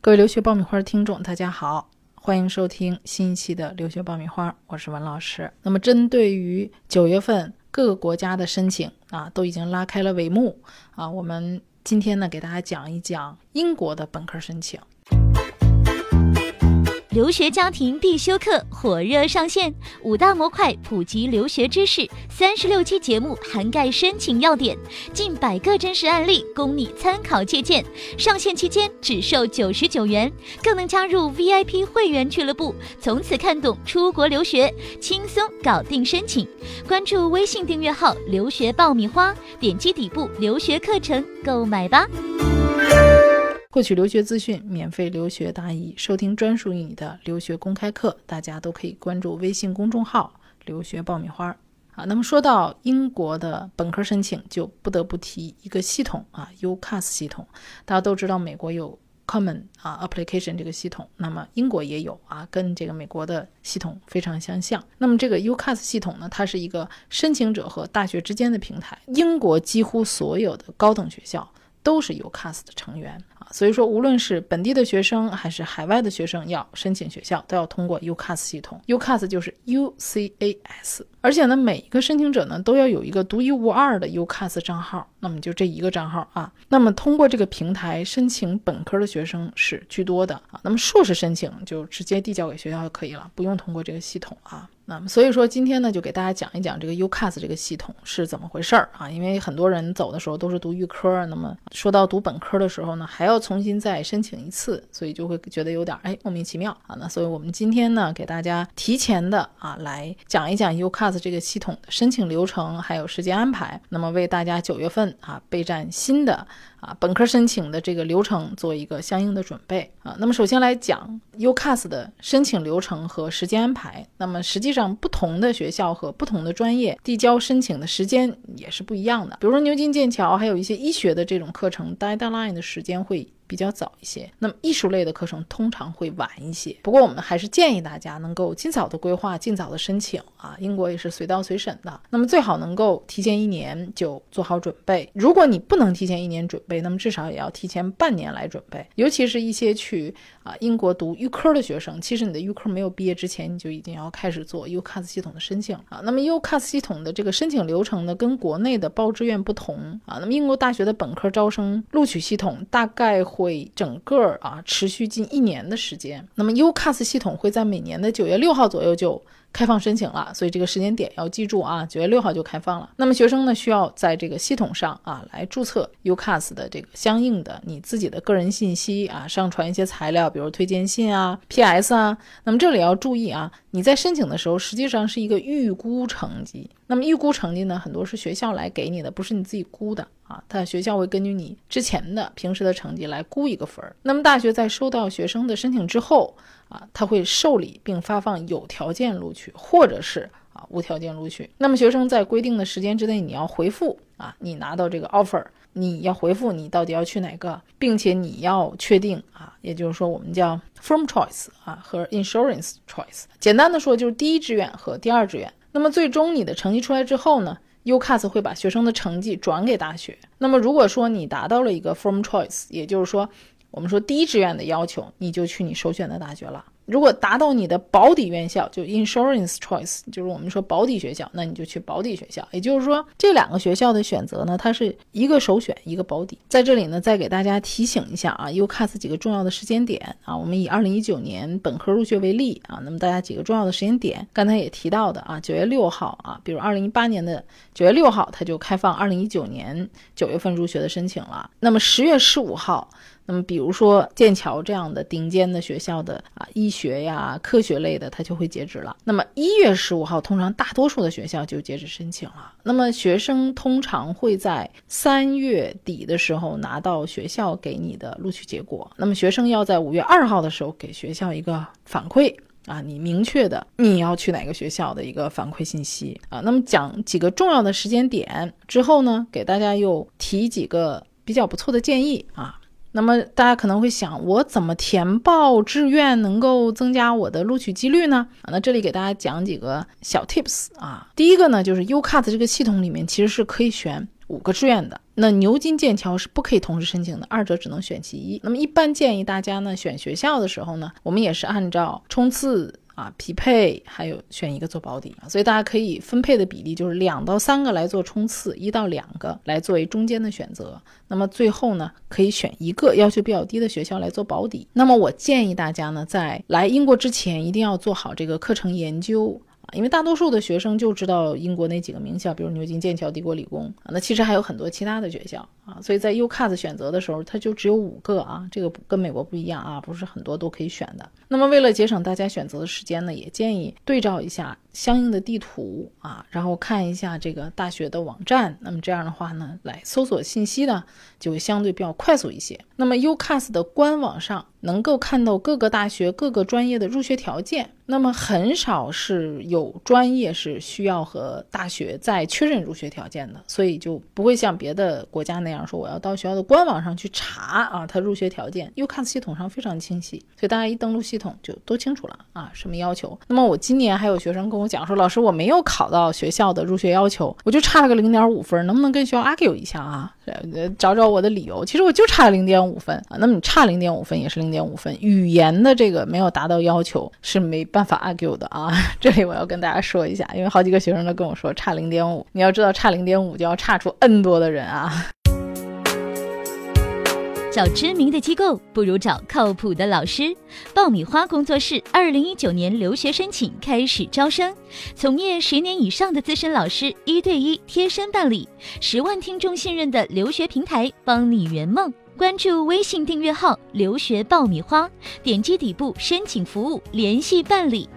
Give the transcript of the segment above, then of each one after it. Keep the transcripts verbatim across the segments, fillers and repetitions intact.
各位留学爆米花的听众大家好，欢迎收听新一期的留学爆米花，我是文老师。那么针对于九月份各个国家的申请啊，都已经拉开了帷幕啊，我们今天呢给大家讲一讲英国的本科申请。 留学家庭必修课火热上线，五大模块普及留学知识，三十六期节目涵盖申请要点，近百个真实案例供你参考借鉴。上线期间只售九十九元，更能加入 V I P 会员俱乐部，从此看懂出国留学，轻松搞定申请。关注微信订阅号留学爆米花，点击底部留学课程购买吧。 获取留学资讯，免费留学答疑，收听专属于你的留学公开课，大家都可以关注微信公众号留学爆米花啊。那么说到英国的本科申请，就不得不提一个系统啊 U C A S 系统。大家都知道美国有 Common 啊 Application 这个系统，那么英国也有啊，跟这个美国的系统非常相像。那么这个 U C A S 系统呢，它是一个申请者和大学之间的平台，英国几乎所有的高等学校都是 U C A S 的成员啊，所以说无论是本地的学生还是海外的学生要申请学校，都要通过 U C A S 系统。U C A S 就是 U C A S， 而且呢，每一个申请者呢都要有一个独一无二的 U C A S 账号，那么就这一个账号啊。那么通过这个平台申请本科的学生是居多的啊，那么硕士申请就直接递交给学校就可以了，不用通过这个系统啊。那么所以说今天呢就给大家讲一讲这个 U C A S 这个系统是怎么回事儿啊，因为很多人走的时候都是读预科，那么说到读本科的时候呢还要重新再申请一次，所以就会觉得有点哎莫名其妙啊。那所以我们今天呢给大家提前的啊来讲一讲 U C A S 这个系统的申请流程还有时间安排，那么为大家九月份啊备战新的啊本科申请的这个流程做一个相应的准备啊。那么首先来讲 U C A S 的申请流程和时间安排，那么实际上不同的学校和不同的专业递交申请的时间也是不一样的，比如说牛津剑桥还有一些医学的这种课程 deadline 的时间会比较早一些，那么艺术类的课程通常会晚一些。不过我们还是建议大家能够尽早的规划，尽早的申请啊。英国也是随到随审的，那么最好能够提前一年就做好准备。如果你不能提前一年准备，那么至少也要提前半年来准备。尤其是一些去啊英国读预科的学生，其实你的预科没有毕业之前，你就已经要开始做 U C A S 系统的申请啊。那么 U C A S 系统的这个申请流程呢，跟国内的报志愿不同啊。那么英国大学的本科招生录取系统大概会整个啊持续近一年的时间，那么 U C A S 系统会在每年的九月六号左右就开放申请了，所以这个时间点要记住啊，九月六号就开放了。那么学生呢需要在这个系统上啊来注册 U C A S 的这个相应的你自己的个人信息啊，上传一些材料，比如推荐信啊 P S 啊。那么这里要注意啊，你在申请的时候实际上是一个预估成绩，那么预估成绩呢很多是学校来给你的，不是你自己估的啊，他学校会根据你之前的平时的成绩来估一个分。那么大学在收到学生的申请之后啊，他会受理并发放有条件录取或者是啊无条件录取。那么学生在规定的时间之内你要回复啊，你拿到这个 offer 你要回复你到底要去哪个，并且你要确定啊，也就是说我们叫 firm choice 啊和 insurance choice。 简单的说就是第一志愿和第二志愿。那么最终你的成绩出来之后呢U C A S 会把学生的成绩转给大学。那么如果说你达到了一个 firm choice， 也就是说我们说第一志愿的要求，你就去你首选的大学了。如果达到你的保底院校，就 insurance choice， 就是我们说保底学校，那你就去保底学校。也就是说这两个学校的选择呢，它是一个首选一个保底。在这里呢再给大家提醒一下啊 U C A S 几个重要的时间点啊。我们以二零一九年本科入学为例啊，那么大家几个重要的时间点刚才也提到的啊，九月六号啊，比如二零一八年的九月六号它就开放二零一九年九月份入学的申请了。那么十月十五号，那么比如说剑桥这样的顶尖的学校的啊医学呀科学类的它就会截止了。那么一月十五号通常大多数的学校就截止申请了。那么学生通常会在三月底的时候拿到学校给你的录取结果，那么学生要在五月二号的时候给学校一个反馈啊，你明确的你要去哪个学校的一个反馈信息啊。那么讲几个重要的时间点之后呢，给大家又提几个比较不错的建议啊。那么大家可能会想，我怎么填报志愿能够增加我的录取几率呢？啊，那这里给大家讲几个小 tips 啊。第一个呢，就是 U C A S 这个系统里面其实是可以选五个志愿的。那牛津剑桥是不可以同时申请的，二者只能选其一。那么一般建议大家呢，选学校的时候呢，我们也是按照冲刺啊、匹配，还有选一个做保底，所以大家可以分配的比例就是两到三个来做冲刺，一到两个来作为中间的选择。那么最后呢，可以选一个要求比较低的学校来做保底。那么我建议大家呢，在来英国之前一定要做好这个课程研究。因为大多数的学生就知道英国那几个名校，比如牛津、剑桥、帝国理工啊，那其实还有很多其他的学校啊，所以在 U C A S 选择的时候，它就只有五个啊，这个跟美国不一样啊，不是很多都可以选的。那么为了节省大家选择的时间呢，也建议对照一下相应的地图啊，然后看一下这个大学的网站，那么这样的话呢，来搜索信息呢，就会相对比较快速一些。那么 U C A S 的官网上能够看到各个大学各个专业的入学条件，那么很少是有专业是需要和大学再确认入学条件的，所以就不会像别的国家那样说我要到学校的官网上去查啊，它入学条件 U C A S 系统上非常清晰，所以大家一登录系统就都清楚了啊，什么要求。那么我今年还有学生跟我讲说，老师我没有考到学校的入学要求，我就差了个 零点五 分，能不能跟学校 argue 一下啊，找找我的理由。其实我就差了 零点五 分啊，那么你差 零点五 分也是 零点五 分，语言的这个没有达到要求是没办法 argue 的啊，这里我要跟大家说一下，因为好几个学生都跟我说差 零点五， 你要知道差 零点五 就要差出 N 多的人啊。 找知名的机构不如找靠谱的老师。爆米花工作室二零一九年留学申请开始招生，从业十年以上的资深老师一对一贴身办理，十万听众信任的留学平台，帮你圆梦。关注微信订阅号留学爆米花，点击底部申请服务联系办理。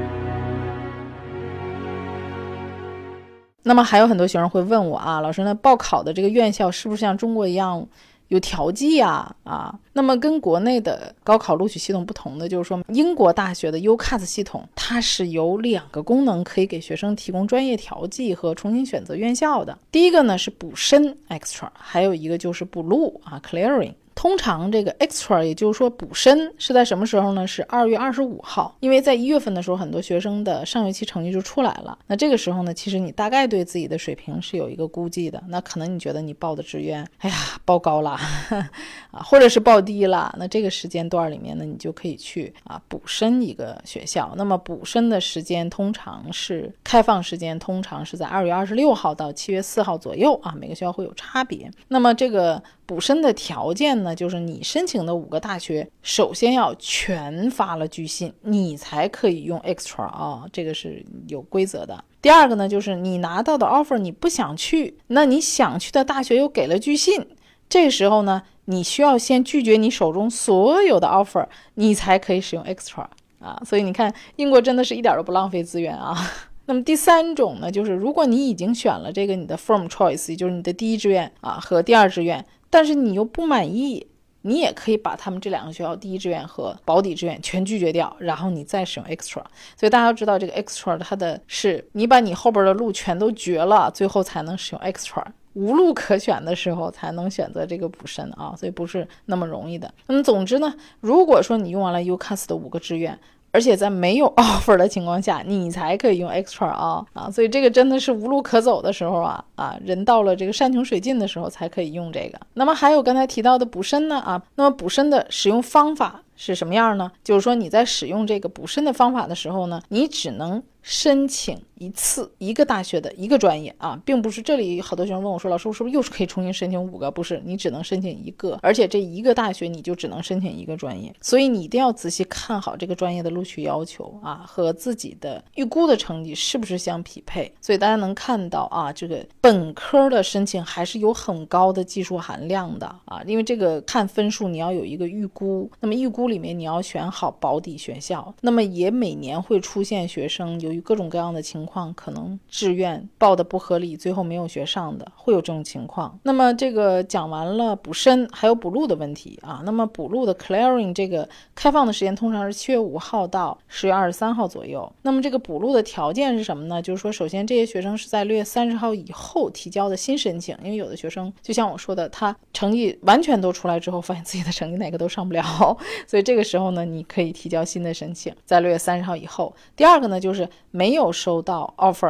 那么还有很多学生会问我啊，老师呢报考的这个院校是不是像中国一样有调剂啊啊？那么跟国内的高考录取系统不同的就是说，英国大学的 U C A S 系统它是有两个功能可以给学生提供专业调剂和重新选择院校的。第一个呢是补申 extra， 还有一个就是补录啊 clearing。通常这个 extra 也就是说补申是在什么时候呢？是二月二十五号，因为在一月份的时候很多学生的上学期成绩就出来了，那这个时候呢，其实你大概对自己的水平是有一个估计的，那可能你觉得你报的志愿哎呀报高了啊，或者是报低了，那这个时间段里面呢，你就可以去啊补申一个学校。那么补申的时间通常是开放时间通常是在二月二十六号到七月四号左右啊，每个学校会有差别。那么这个补申的条件呢，就是你申请的五个大学首先要全发了拒信，你才可以用 extra 啊，这个是有规则的。第二个呢，就是你拿到的 offer 你不想去，那你想去的大学又给了拒信，这时候呢，你需要先拒绝你手中所有的 offer， 你才可以使用 extra 啊。所以你看英国真的是一点都不浪费资源啊。那么第三种呢，就是如果你已经选了这个你的 firm choice， 也就是你的第一志愿啊和第二志愿，但是你又不满意，你也可以把他们这两个学校第一志愿和保底志愿全拒绝掉，然后你再使用 extra。 所以大家要知道这个 extra 它的是你把你后边的路全都绝了，最后才能使用 extra， 无路可选的时候才能选择这个补申啊，所以不是那么容易的。那么总之呢，如果说你用完了 U C A S 的五个志愿，而且在没有 offer 的情况下，你才可以用 extra 啊啊，所以这个真的是无路可走的时候啊啊，人到了这个山穷水尽的时候才可以用这个。那么还有刚才提到的补申呢啊，那么补申的使用方法是什么样呢？就是说你在使用这个补申的方法的时候呢，你只能申请一次一个大学的一个专业啊，并不是这里好多学生问我说，老师我是不是又是可以重新申请五个？不是，你只能申请一个，而且这一个大学你就只能申请一个专业，所以你一定要仔细看好这个专业的录取要求啊和自己的预估的成绩是不是相匹配。所以大家能看到啊，这个本科的申请还是有很高的技术含量的啊，因为这个看分数你要有一个预估，那么预估里面你要选好保底学校，那么也每年会出现学生由于各种各样的情况，可能志愿报的不合理，最后没有学上的，会有这种情况。那么这个讲完了补申，还有补录的问题啊。那么补录的 clearing 这个开放的时间通常是七月五号到十月二十三号左右。那么这个补录的条件是什么呢？就是说首先这些学生是在六月三十号以后提交的新申请，因为有的学生就像我说的，他成绩完全都出来之后发现自己的成绩哪个都上不了，所以这个时候呢，你可以提交新的申请，在六月三十号以后。第二个呢，就是没有收到 offer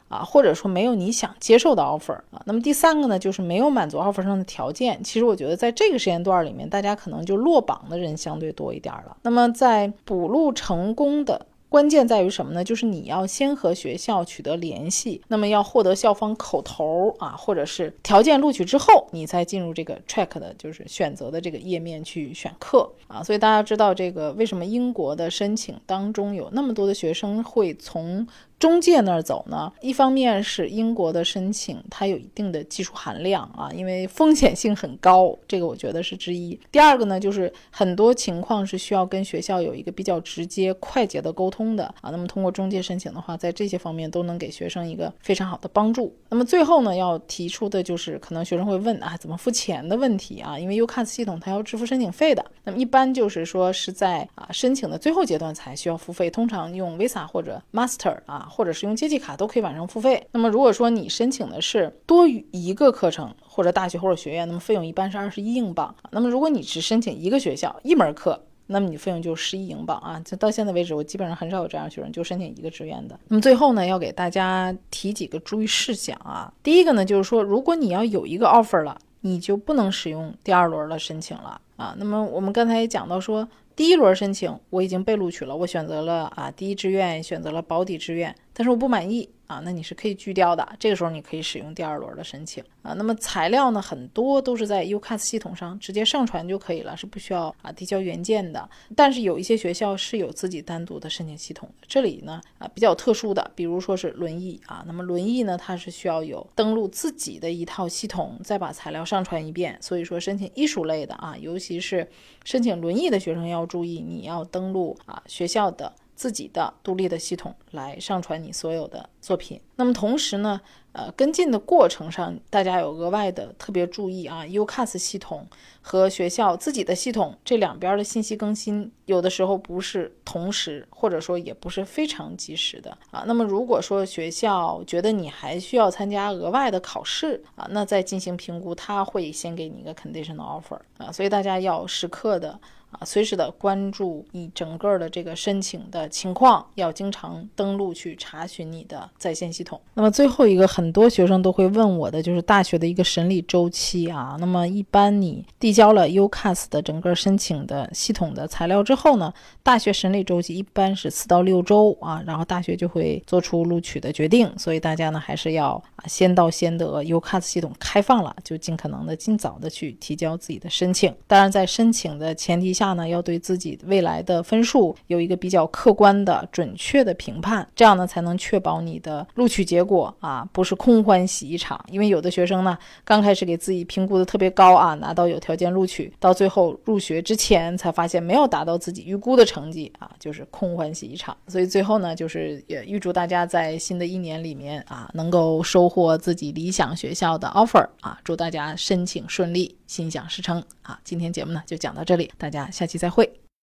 啊，或者说没有你想接受的 offer 啊。那么第三个呢，就是没有满足 offer 上的条件。其实我觉得在这个时间段里面，大家可能就落榜的人相对多一点了。那么在补录成功的关键在于什么呢？就是你要先和学校取得联系，那么要获得校方口头啊，或者是条件录取之后，你再进入这个 track 的就是选择的这个页面去选课啊。所以大家知道这个为什么英国的申请当中有那么多的学生会从中介那儿走呢？一方面是英国的申请它有一定的技术含量啊，因为风险性很高，这个我觉得是之一。第二个呢，就是很多情况是需要跟学校有一个比较直接快捷的沟通的啊。那么通过中介申请的话，在这些方面都能给学生一个非常好的帮助。那么最后呢，要提出的就是可能学生会问啊，怎么付钱的问题啊，因为 U C A S 系统它要支付申请费的。那么一般就是说是在啊申请的最后阶段才需要付费，通常用 Visa 或者 Master 啊，或者是用借记卡都可以晚上付费。那么如果说你申请的是多于一个课程或者大学或者学院，那么费用一般是二十一英镑。那么如果你只申请一个学校一门课，那么你费用就十一英镑啊！就到现在为止，我基本上很少有这样的学生就申请一个志愿的。那么最后呢，要给大家提几个注意事项啊。第一个呢，就是说，如果你要有一个 offer 了，你就不能使用第二轮的申请了啊。那么我们刚才也讲到说，第一轮申请我已经被录取了，我选择了啊第一志愿，选择了保底志愿，但是我不满意啊，那你是可以拒掉的。这个时候你可以使用第二轮的申请啊。那么材料呢，很多都是在 U C A S 系统上直接上传就可以了，是不需要啊递交原件的。但是有一些学校是有自己单独的申请系统的，这里呢啊比较特殊的，比如说是轮艺啊，那么轮艺呢它是需要有登录自己的一套系统，再把材料上传一遍。所以说申请艺术类的啊，尤其是申请轮艺的学生要注意，你要登录啊学校的自己的独立的系统来上传你所有的作品。那么同时呢呃，跟进的过程上大家有额外的特别注意啊 U C A S 系统和学校自己的系统这两边的信息更新有的时候不是同时，或者说也不是非常及时的啊。那么如果说学校觉得你还需要参加额外的考试啊，那再进行评估，他会先给你一个 conditional offer 啊。所以大家要时刻的啊，随时的关注你整个的这个申请的情况，要经常登录去查询你的在线系统。那么最后一个很多学生都会问我的就是大学的一个审理周期啊。那么一般你递交了 U C A S 的整个申请的系统的材料之后呢，大学审理周期一般是四到六周啊，然后大学就会做出录取的决定。所以大家呢还是要啊先到先得， U C A S 系统开放了就尽可能的尽早的去提交自己的申请。当然在申请的前提下呢，要对自己未来的分数有一个比较客观的准确的评判，这样呢才能确保你的录取结果啊不是空欢喜一场。因为有的学生呢刚开始给自己评估的特别高啊，拿到有条件录取，到最后入学之前才发现没有达到自己预估的成绩啊，就是空欢喜一场。所以最后呢，就是也预祝大家在新的一年里面啊能够收获自己理想学校的 offer 啊，祝大家申请顺利，心想事成啊。今天节目呢就讲到这里，大家下期再会。